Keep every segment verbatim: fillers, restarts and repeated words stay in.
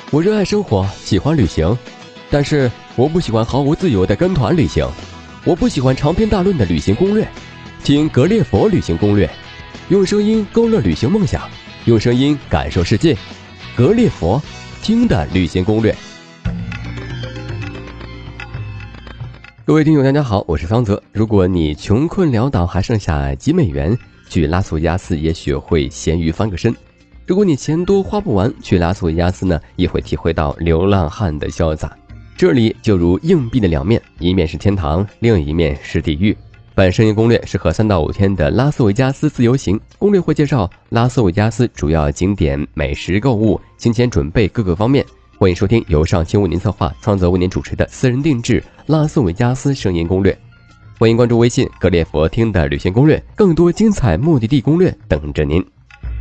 我热爱生活，喜欢旅行，但是我不喜欢毫无自由的跟团旅行。我不喜欢长篇大论的旅行攻略。听格列佛旅行攻略，用声音勾勒旅行梦想，用声音感受世界。格列佛听的旅行攻略。各位听友大家好，我是桑泽。如果你穷困潦倒还剩下几美元，去拉斯维加斯也许会咸鱼翻个身。如果你钱多花不完，去拉斯维加斯呢也会体会到流浪汉的潇洒。这里就如硬币的两面，一面是天堂，另一面是地狱。本声音攻略适合三到五天的拉斯维加斯自由行，攻略会介绍拉斯维加斯主要景点、美食、购物、行前准备各个方面。欢迎收听由上清为您策划、苍泽为您主持的私人定制拉斯维加斯声音攻略。欢迎关注微信格列佛听的旅行攻略，更多精彩目的地攻略等着您。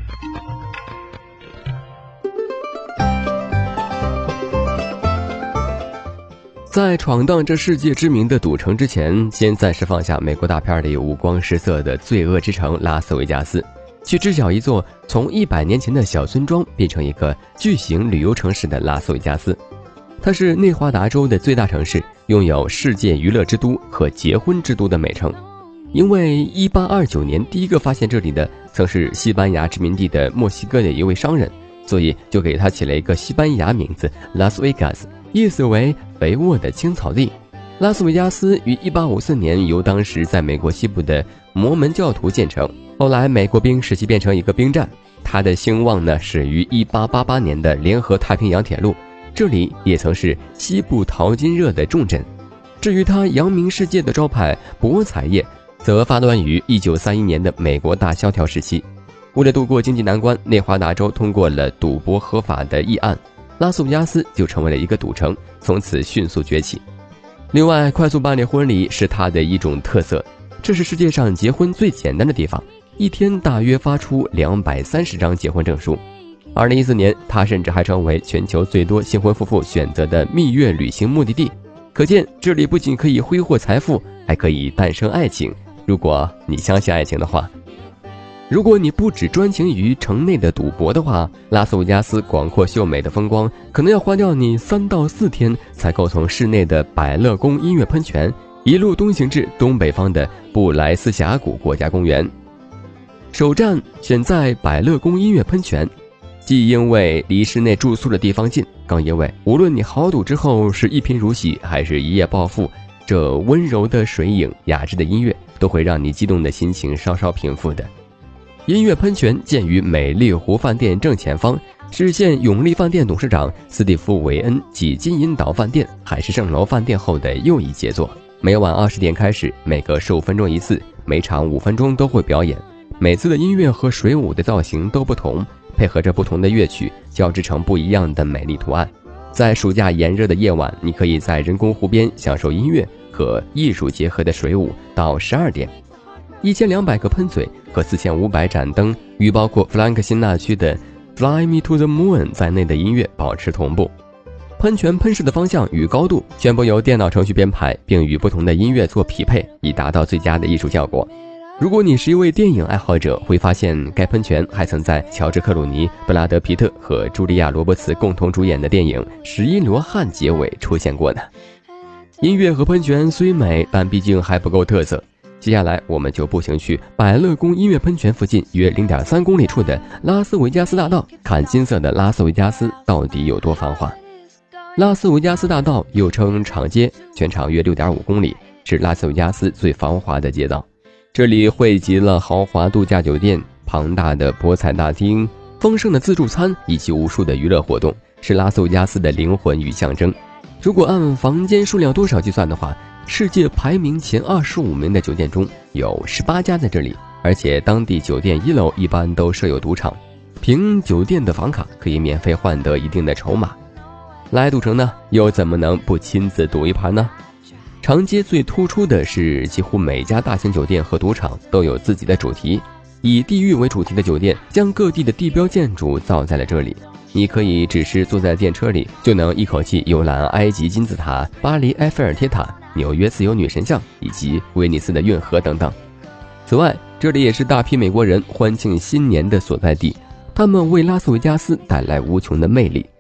在闯荡这世界知名的赌城之前，先暂时放下美国大片里五光十色的罪恶之城拉斯维加斯，去知晓一座从一百年前的小村庄变成一个巨型旅游城市的拉斯维加斯。它是内华达州的最大城市，拥有世界娱乐之都和结婚之都的美称。因为一八二九年第一个发现这里的曾是西班牙殖民地的墨西哥的一位商人，所以就给他起了一个西班牙名字拉斯维加斯，意思为肥沃的青草地。拉斯维加斯于一八五四年由当时在美国西部的摩门教徒建成，后来美国兵使其变成一个兵站。它的兴旺呢始于一八八八年的联合太平洋铁路，这里也曾是西部淘金热的重镇。至于它扬名世界的招牌博彩业，则发端于一九三一年的美国大萧条时期。为了度过经济难关，内华达州通过了赌博合法的议案，拉斯维加斯就成为了一个赌城，从此迅速崛起。另外，快速办理婚礼是它的一种特色，这是世界上结婚最简单的地方，一天大约发出两百三十张结婚证书。二零一四年，它甚至还成为全球最多新婚夫妇选择的蜜月旅行目的地。可见，这里不仅可以挥霍财富，还可以诞生爱情，如果你相信爱情的话。如果你不只专情于城内的赌博的话，拉斯维加斯广阔秀美的风光可能要花掉你三到四天才够从市内的百乐宫音乐喷泉一路东行至东北方的布莱斯峡谷国家公园。首站选在百乐宫音乐喷泉，既因为离市内住宿的地方近，更因为无论你豪赌之后是一贫如洗还是一夜暴富，这温柔的水影、雅致的音乐都会让你激动的心情稍稍平复的。音乐喷泉建于美丽湖饭店正前方，是现永利饭店董事长斯蒂夫·韦恩及金银岛饭店、海市蜃楼饭店后的又一杰作。每晚二十点开始，每隔十五分钟一次，每场五分钟都会表演。每次的音乐和水舞的造型都不同，配合着不同的乐曲，交织成不一样的美丽图案。在暑假炎热的夜晚，你可以在人工湖边享受音乐和艺术结合的水舞到十二点。一千两百个喷嘴和四千五百盏灯与包括弗兰克辛纳区的 Fly Me to the Moon 在内的音乐保持同步。喷泉喷射的方向与高度全部由电脑程序编排，并与不同的音乐做匹配，以达到最佳的艺术效果。如果你是一位电影爱好者，会发现该喷泉还曾在乔治·克鲁尼、布拉德·皮特和茱莉亚·罗伯茨共同主演的电影《十一罗汉》结尾出现过呢。音乐和喷泉虽美，但毕竟还不够特色。接下来我们就步行去百乐宫音乐喷泉附近约 零点三公里处的拉斯维加斯大道，看金色的拉斯维加斯到底有多繁华。拉斯维加斯大道又称长街，全长约 六点五公里，是拉斯维加斯最繁华的街道。这里汇集了豪华度假酒店、庞大的博彩大厅、丰盛的自助餐以及无数的娱乐活动，是拉斯维加斯的灵魂与象征。如果按房间数量多少计算的话，世界排名前二十五名的酒店中有十八家在这里，而且当地酒店一楼一般都设有赌场，凭酒店的房卡可以免费换得一定的筹码。来赌城呢，又怎么能不亲自赌一盘呢？长街最突出的是，几乎每家大型酒店和赌场都有自己的主题，以地狱为主题的酒店将各地的地标建筑造在了这里。你可以只是坐在电车里，就能一口气游览埃及金字塔、巴黎埃菲尔铁塔、纽约自由女神像以及威尼斯的运河等等。此外，这里也是大批美国人欢庆新年的所在地，他们为拉斯维加斯带来无穷的魅力。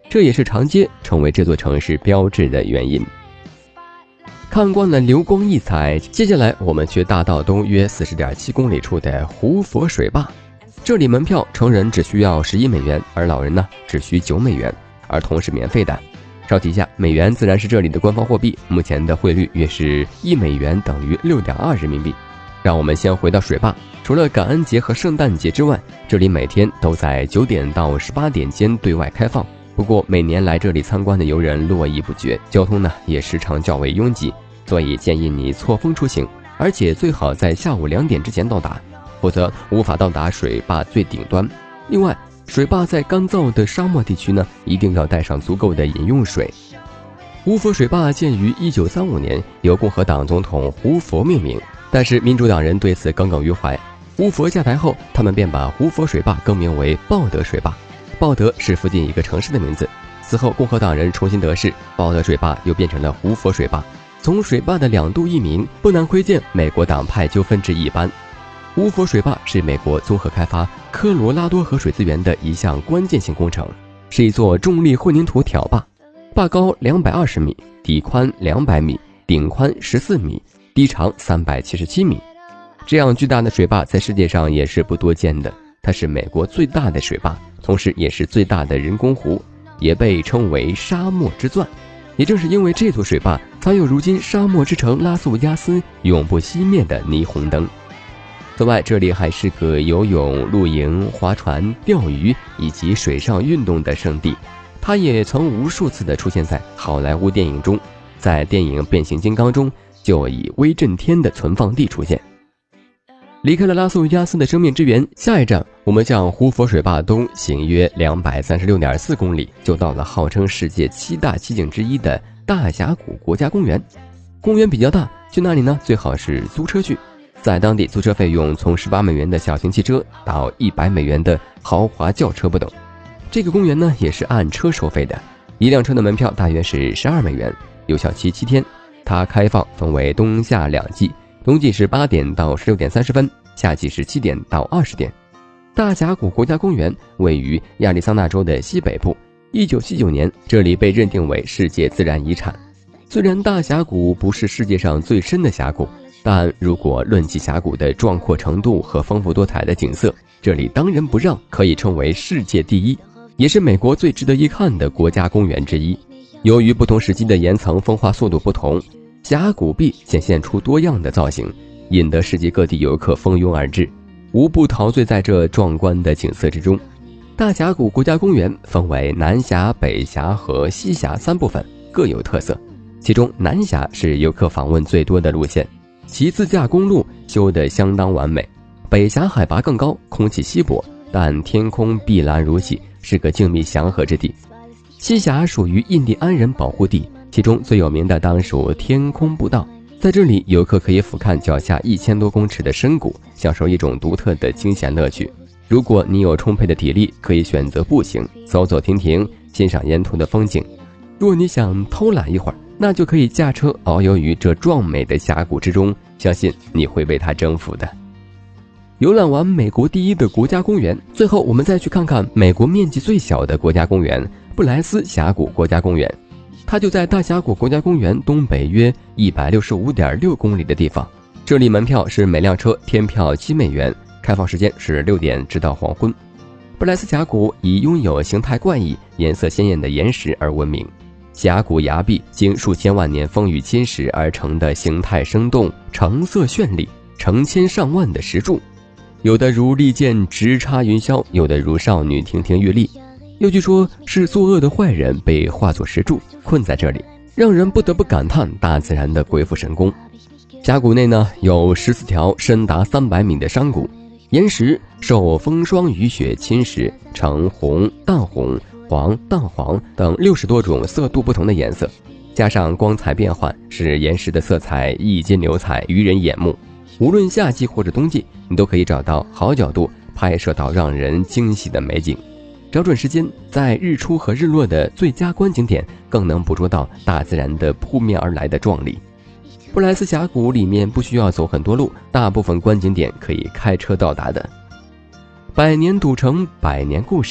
这也是长街成为这座城市标志的原因。看惯了流光溢彩，接下来我们去大道东约 四十点七公里处的胡佛水坝。这里门票成人只需要十一美元，而老人呢只需九美元，儿童是免费的。稍提一下，美元自然是这里的官方货币，目前的汇率约是一美元等于 六点二 人民币。让我们先回到水坝，除了感恩节和圣诞节之外，这里每天都在九点到十八点间对外开放。不过每年来这里参观的游人络绎不绝，交通呢也时常较为拥挤，所以建议你错峰出行，而且最好在下午两点之前到达，否则无法到达水坝最顶端。另外，水坝在干燥的沙漠地区呢，一定要带上足够的饮用水。胡佛水坝建于一九三五年，由共和党总统胡佛命名，但是民主党人对此耿耿于怀。胡佛下台后，他们便把胡佛水坝更名为鲍德水坝。鲍德是附近一个城市的名字。此后，共和党人重新得势，鲍德水坝又变成了胡佛水坝。从水坝的两度易名，不难窥见美国党派纠纷之一般。胡佛水坝是美国综合开发科罗拉多河水资源的一项关键性工程，是一座重力混凝土挑坝，坝高两百二十米，底宽两百米，顶宽十四米，堤长三百七十七米。这样巨大的水坝在世界上也是不多见的，它是美国最大的水坝，同时也是最大的人工湖，也被称为沙漠之钻。也正是因为这座水坝，才有如今沙漠之城拉斯维加斯永不熄灭的霓虹灯。此外，这里还是个游泳、露营、划船、钓鱼以及水上运动的圣地。它也曾无数次的出现在好莱坞电影中，在电影《变形金刚》中就以威震天的存放地出现。离开了拉斯维加斯的生命之源，下一站我们向胡佛水坝东行约 两百三十六点四公里，就到了号称世界七大奇景之一的大峡谷国家公园。公园比较大，去那里呢最好是租车去，在当地租车费用从十八美元的小型汽车到一百美元的豪华轿车不等。这个公园呢也是按车收费的，一辆车的门票大约是十二美元，有效期七天。它开放分为冬夏两季，冬季是八点到十六点三十分，夏季是七点到二十点。大峡谷国家公园位于亚利桑那州的西北部，一九七九年这里被认定为世界自然遗产。虽然大峡谷不是世界上最深的峡谷，但如果论起峡谷的壮阔程度和丰富多彩的景色，这里当仁不让，可以称为世界第一，也是美国最值得一看的国家公园之一。由于不同时期的岩层风化速度不同，峡谷壁显现出多样的造型，引得世界各地游客蜂拥而至，无不陶醉在这壮观的景色之中。大峡谷国家公园分为南峡、北峡和西峡三部分，各有特色。其中南峡是游客访问最多的路线，其自驾公路修得相当完美。北峡海拔更高，空气稀薄，但天空碧蓝如洗，是个静谧祥和之地。西峡属于印第安人保护地，其中最有名的当属天空步道。在这里，游客可以俯瞰脚下一千多公尺的深谷，享受一种独特的惊险乐趣。如果你有充沛的体力，可以选择步行，走走停停，欣赏沿途的风景。若你想偷懒一会儿，那就可以驾车遨游于这壮美的峡谷之中，相信你会被它征服的。游览完美国第一的国家公园，最后我们再去看看美国面积最小的国家公园——布莱斯峡谷国家公园。它就在大峡谷国家公园东北约 一百六十五点六公里的地方。这里门票是每辆车天票七美元，开放时间是六点直到黄昏。布莱斯峡谷以拥有形态怪异、颜色鲜艳的岩石而闻名。峡谷崖壁经数千万年风雨侵蚀而成的形态生动、成色绚丽、成千上万的石柱，有的如利剑直插云霄，有的如少女亭亭玉立。又据说是作恶的坏人被化作石柱困在这里，让人不得不感叹大自然的鬼斧神工。峡谷内呢有十四条深达三百米的山谷，岩石受风霜雨雪侵蚀呈红、淡红、黄、淡黄等六十多种色度不同的颜色，加上光彩变幻，使岩石的色彩溢金流彩，愚人眼目。无论夏季或者冬季，你都可以找到好角度拍摄到让人惊喜的美景。找准时间，在日出和日落的最佳观景点，更能捕捉到大自然的扑面而来的壮丽。布莱斯峡谷里面不需要走很多路，大部分观景点可以开车到达的。百年赌城，百年故事。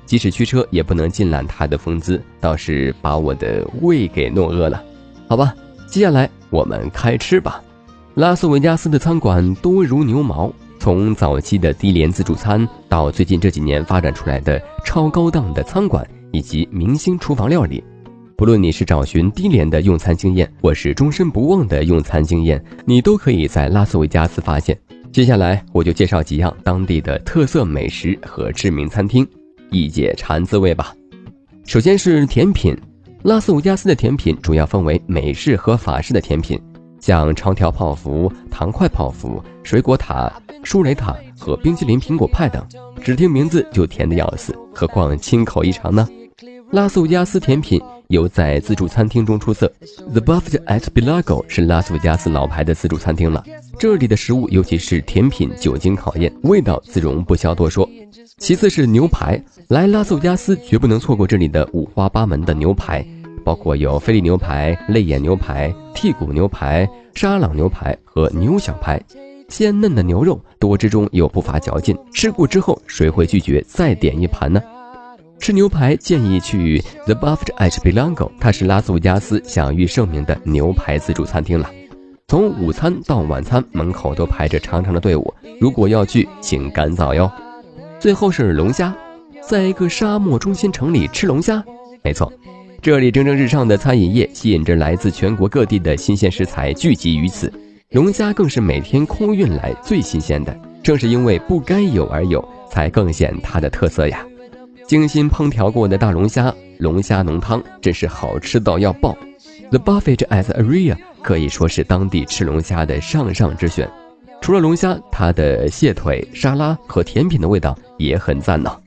即使驱车也不能尽揽他的风姿，倒是把我的胃给弄饿了。好吧，接下来我们开吃吧。拉斯维加斯的餐馆多如牛毛，从早期的低廉自助餐到最近这几年发展出来的超高档的餐馆以及明星厨房料理，不论你是找寻低廉的用餐经验，或是终身不忘的用餐经验，你都可以在拉斯维加斯发现。接下来我就介绍几样当地的特色美食和知名餐厅，一解馋滋味吧。首先是甜品，拉斯维加斯的甜品主要分为美式和法式的甜品，像长条泡芙、糖块泡芙、水果塔、舒蕾塔和冰淇淋苹果派等，只听名字就甜得要死，何况亲口一尝呢？拉斯维加斯甜品有在自助餐厅中出色 ，The Buffet at Bellagio 是拉斯维加斯老牌的自助餐厅了。这里的食物尤其是甜品久经考验，味道自容不消多说。其次是牛排，来拉斯维加斯绝不能错过这里的五花八门的牛排，包括有菲力牛排、肋眼牛排、剔骨牛排、沙朗牛排和牛小排。鲜嫩的牛肉多汁中又不乏嚼劲，吃过之后谁会拒绝再点一盘呢？吃牛排建议去 The Buffet at Bellagio， 它是拉斯维加斯享誉盛名的牛排自助餐厅了。从午餐到晚餐，门口都排着长长的队伍，如果要去请赶早哟。最后是龙虾，在一个沙漠中心城里吃龙虾，没错，这里蒸蒸日上的餐饮业吸引着来自全国各地的新鲜食材聚集于此，龙虾更是每天空运来最新鲜的，正是因为不该有而有，才更显它的特色呀。精心烹调过的大龙虾，龙虾浓汤真是好吃到要爆。The Buffet at Aria 可以说是当地吃龙虾的上上之选。除了龙虾，它的蟹腿、沙拉和甜品的味道也很赞呢。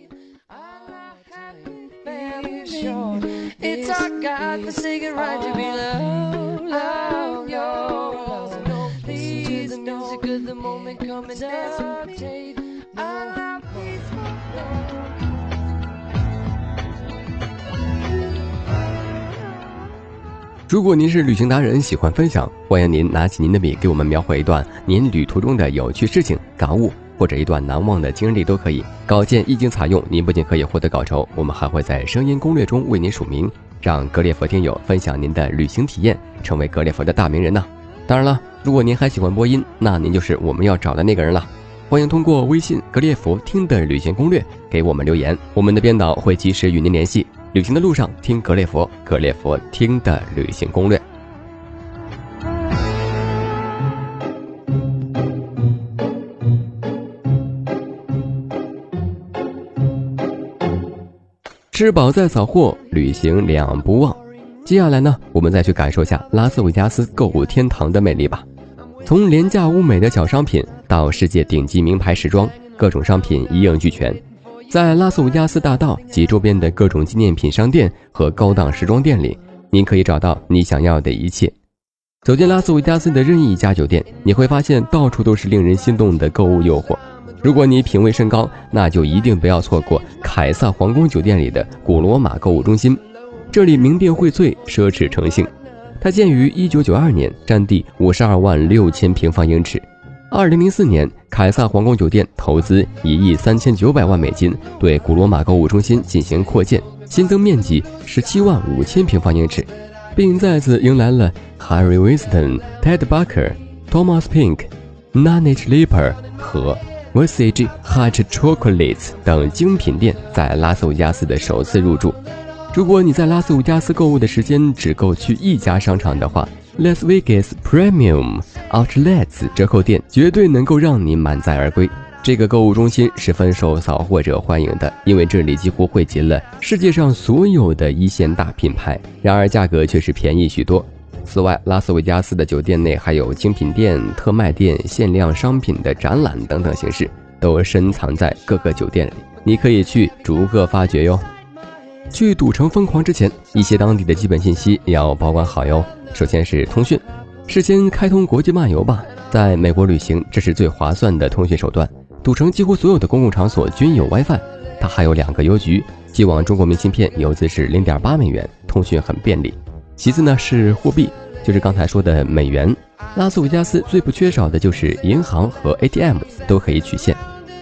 如果您是旅行达人，喜欢分享，欢迎您拿起您的笔给我们描绘一段您旅途中的有趣事情、感悟，或者一段难忘的经历都可以。稿件一经采用，您不仅可以获得稿酬，我们还会在声音攻略中为您署名，让格列佛听友分享您的旅行体验，成为格列佛的大名人呢。当然了，如果您还喜欢播音，那您就是我们要找的那个人了。欢迎通过微信格列佛听的旅行攻略给我们留言，我们的编导会及时与您联系。旅行的路上听格列佛，格列佛听的旅行攻略。吃饱再扫货，旅行两不忘。接下来呢，我们再去感受下拉斯维加斯购物天堂的魅力吧。从廉价物美的小商品到世界顶级名牌时装，各种商品一应俱全。在拉斯维加斯大道及周边的各种纪念品商店和高档时装店里，您可以找到你想要的一切。走进拉斯维加斯的任意一家酒店，你会发现到处都是令人心动的购物诱惑。如果你品味甚高，那就一定不要错过凯撒皇宫酒店里的古罗马购物中心。这里名店荟萃，奢侈成性。它建于一九九二年，占地五十二万六千平方英尺。二零零四年，凯撒皇宫酒店投资一亿三千九百万美金，对古罗马购物中心进行扩建，新增面积十七万五千平方英尺，并再次迎来了 Harry Winston、Ted Baker、Thomas Pink、Nanette Lipper 和 Visage Hot Chocolates 等精品店在拉斯维加斯的首次入驻。如果你在拉斯维加斯购物的时间只够去一家商场的话， Las Vegas Premium Outlets 折扣店绝对能够让你满载而归。这个购物中心十分受扫货者欢迎的，因为这里几乎汇集了世界上所有的一线大品牌，然而价格却是便宜许多。此外，拉斯维加斯的酒店内还有精品店、特卖店、限量商品的展览等等形式，都深藏在各个酒店里，你可以去逐个发掘哟。去赌城疯狂之前，一些当地的基本信息要保管好哟。首先是通讯，事先开通国际漫游吧。在美国旅行，这是最划算的通讯手段。赌城几乎所有的公共场所均有 WiFi， 它还有两个邮局，寄往中国明信片邮资是 零点八美元，通讯很便利。其次呢是货币，就是刚才说的美元。拉斯维加斯最不缺少的就是银行和 A T M 都可以取现。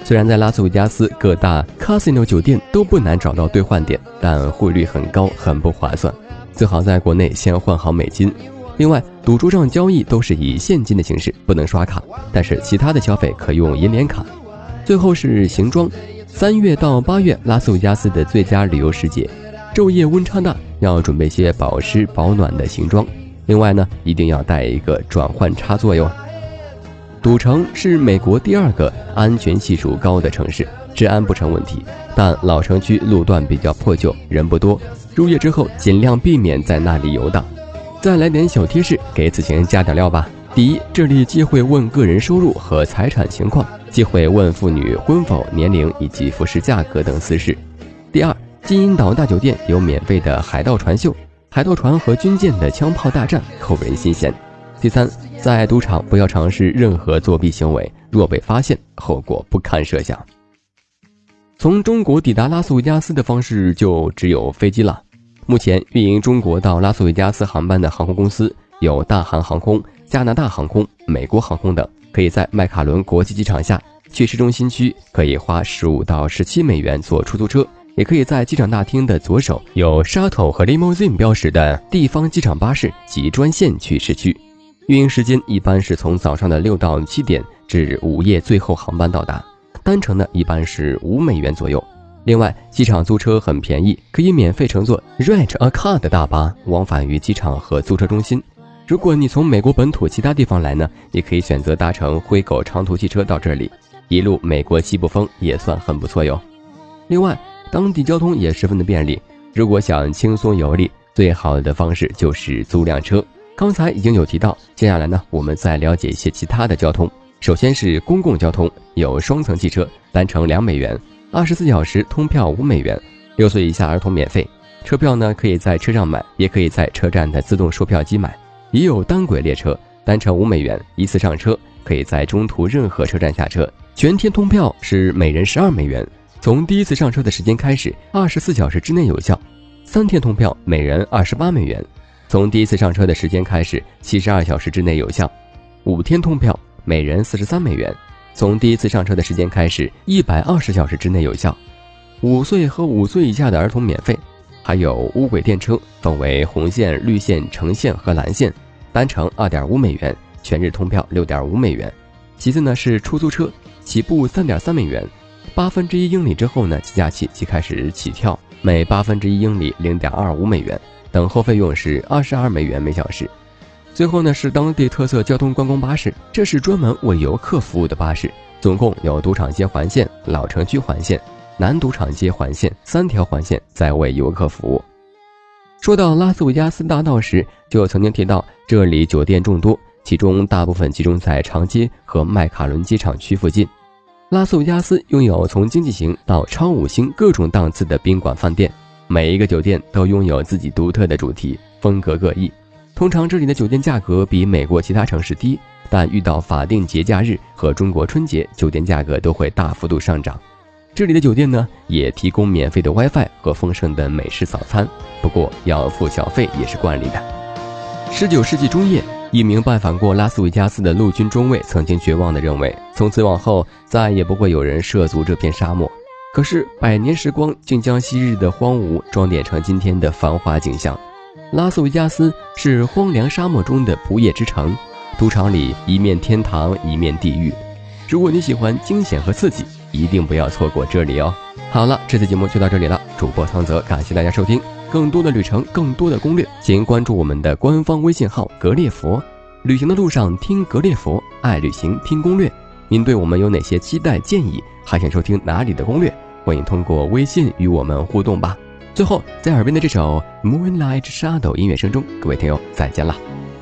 虽然在拉斯维加斯各大 casino 酒店都不难找到兑换点，但汇率很高，很不划算，最好在国内先换好美金。另外，赌桌上交易都是以现金的形式，不能刷卡，但是其他的消费可用银联卡。最后是行装，三月到八月拉斯维加斯的最佳旅游时节，昼夜温差大，要准备些保湿保暖的行装。另外呢，一定要带一个转换插座哟。赌城是美国第二个安全系数高的城市，治安不成问题，但老城区路段比较破旧，人不多，入夜之后尽量避免在那里游荡。再来点小贴士，给此前加点料吧。第一，这里既会问个人收入和财产情况，既会问妇女婚否、年龄以及服饰价格等私事。第二，金银岛大酒店有免费的海盗船秀，海盗船和军舰的枪炮大战扣人心弦。第三，在赌场不要尝试任何作弊行为，若被发现，后果不堪设想。从中国抵达拉斯维加斯的方式就只有飞机了。目前运营中国到拉斯维加斯航班的航空公司有大韩航空、加拿大航空、美国航空等，可以在麦卡伦国际机场下。去市中心区可以花十五到十七美元坐出租车，也可以在机场大厅的左手有 shuttle 和 limousine 标识的地方机场巴士及专线去市区。运营时间一般是从早上的六到七点至午夜最后航班到达，单程呢一般是五美元左右。另外，机场租车很便宜，可以免费乘坐 Rent a Car 的大巴往返于机场和租车中心。如果你从美国本土其他地方来呢，也可以选择搭乘灰狗长途汽车到这里，一路美国西部风也算很不错哟。另外，当地交通也十分的便利，如果想轻松游历，最好的方式就是租辆车。刚才已经有提到，接下来呢，我们再了解一些其他的交通。首先是公共交通，有双层汽车，单程两美元，二十四小时通票五美元，六岁以下儿童免费。车票呢，可以在车上买，也可以在车站的自动售票机买。也有单轨列车，单程五美元，一次上车，可以在中途任何车站下车。全天通票是每人十二美元，从第一次上车的时间开始，二十四小时之内有效。三天通票每人二十八美元，从第一次上车的时间开始，七十二小时之内有效。五天通票每人四十三美元，从第一次上车的时间开始，一百二十小时之内有效。五岁和五岁以下的儿童免费。还有无轨电车，分为红线、绿线、橙线和蓝线，单程 二点五美元，全日通票 六点五美元。其次呢是出租车，起步 三点三美元，八分之一英里之后呢，计价器即开始起跳，每八分之一英里 零点二五美元，等候费用是二十二美元每小时。最后呢是当地特色交通观光巴士，这是专门为游客服务的巴士，总共有赌场街环线、老城区环线、南赌场街环线三条环线在为游客服务。说到拉斯维加斯大道时，就曾经提到这里酒店众多，其中大部分集中在长街和麦卡伦机场区附近。拉斯维加斯拥有从经济型到超五星各种档次的宾馆饭店，每一个酒店都拥有自己独特的主题，风格各异。通常这里的酒店价格比美国其他城市低，但遇到法定节假日和中国春节，酒店价格都会大幅度上涨。这里的酒店呢，也提供免费的 WiFi 和丰盛的美式早餐，不过要付小费也是惯例的。十九世纪中叶，一名拜访过拉斯维加斯的陆军中尉曾经绝望地认为，从此往后再也不会有人涉足这片沙漠。可是百年时光竟将昔日的荒芜装点成今天的繁华景象。拉斯维加斯是荒凉沙漠中的不夜之城，赌场里一面天堂一面地狱。如果你喜欢惊险和刺激，一定不要错过这里哦。好了，这次节目就到这里了，主播苍泽，感谢大家收听。更多的旅程，更多的攻略，请关注我们的官方微信号格列佛。旅行的路上听格列佛，爱旅行听攻略。您对我们有哪些期待建议，还想收听哪里的攻略？欢迎通过微信与我们互动吧。最后，在耳边的这首 Moonlight Shadow 音乐声中，各位听友再见了。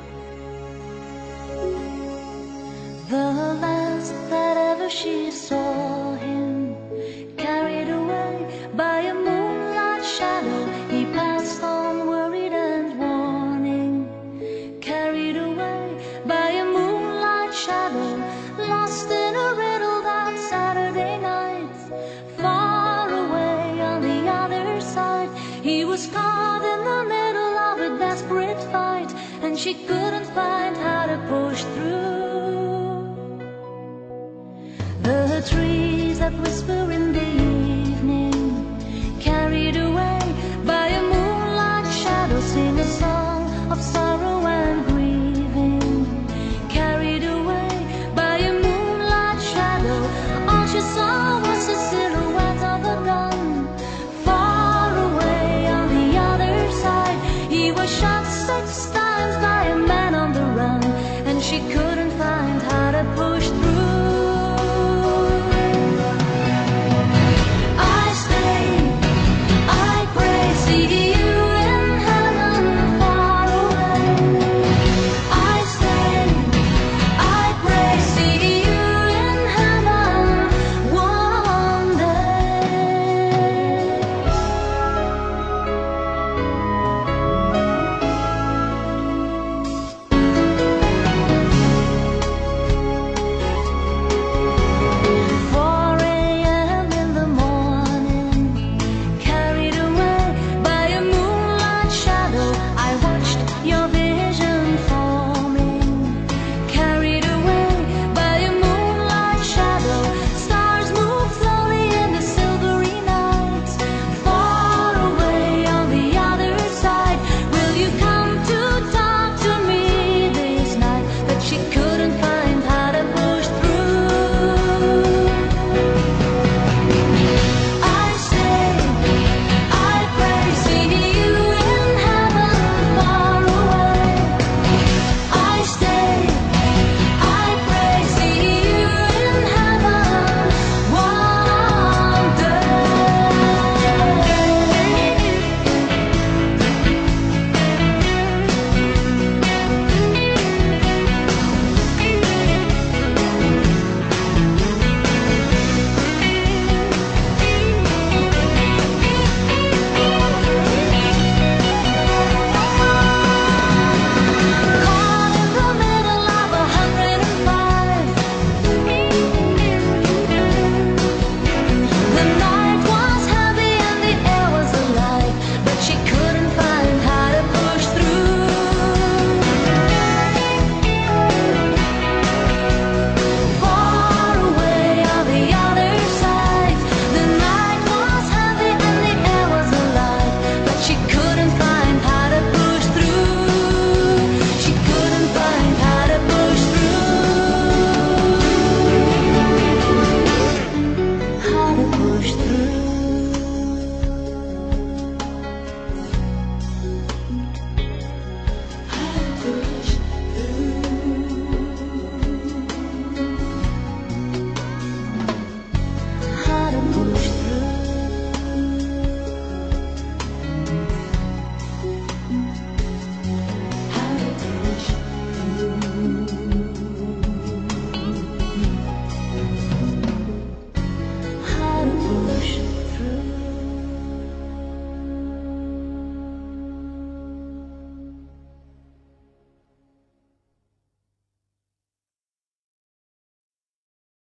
She saw him carried away by a moonlight shadow. He passed on worried and warning, carried away by a moonlight shadow, lost in a riddle that Saturday night. Far away on the other side, he was caught in the middle of a desperate fight, and she couldn't find how to push through. The trees that whisper in the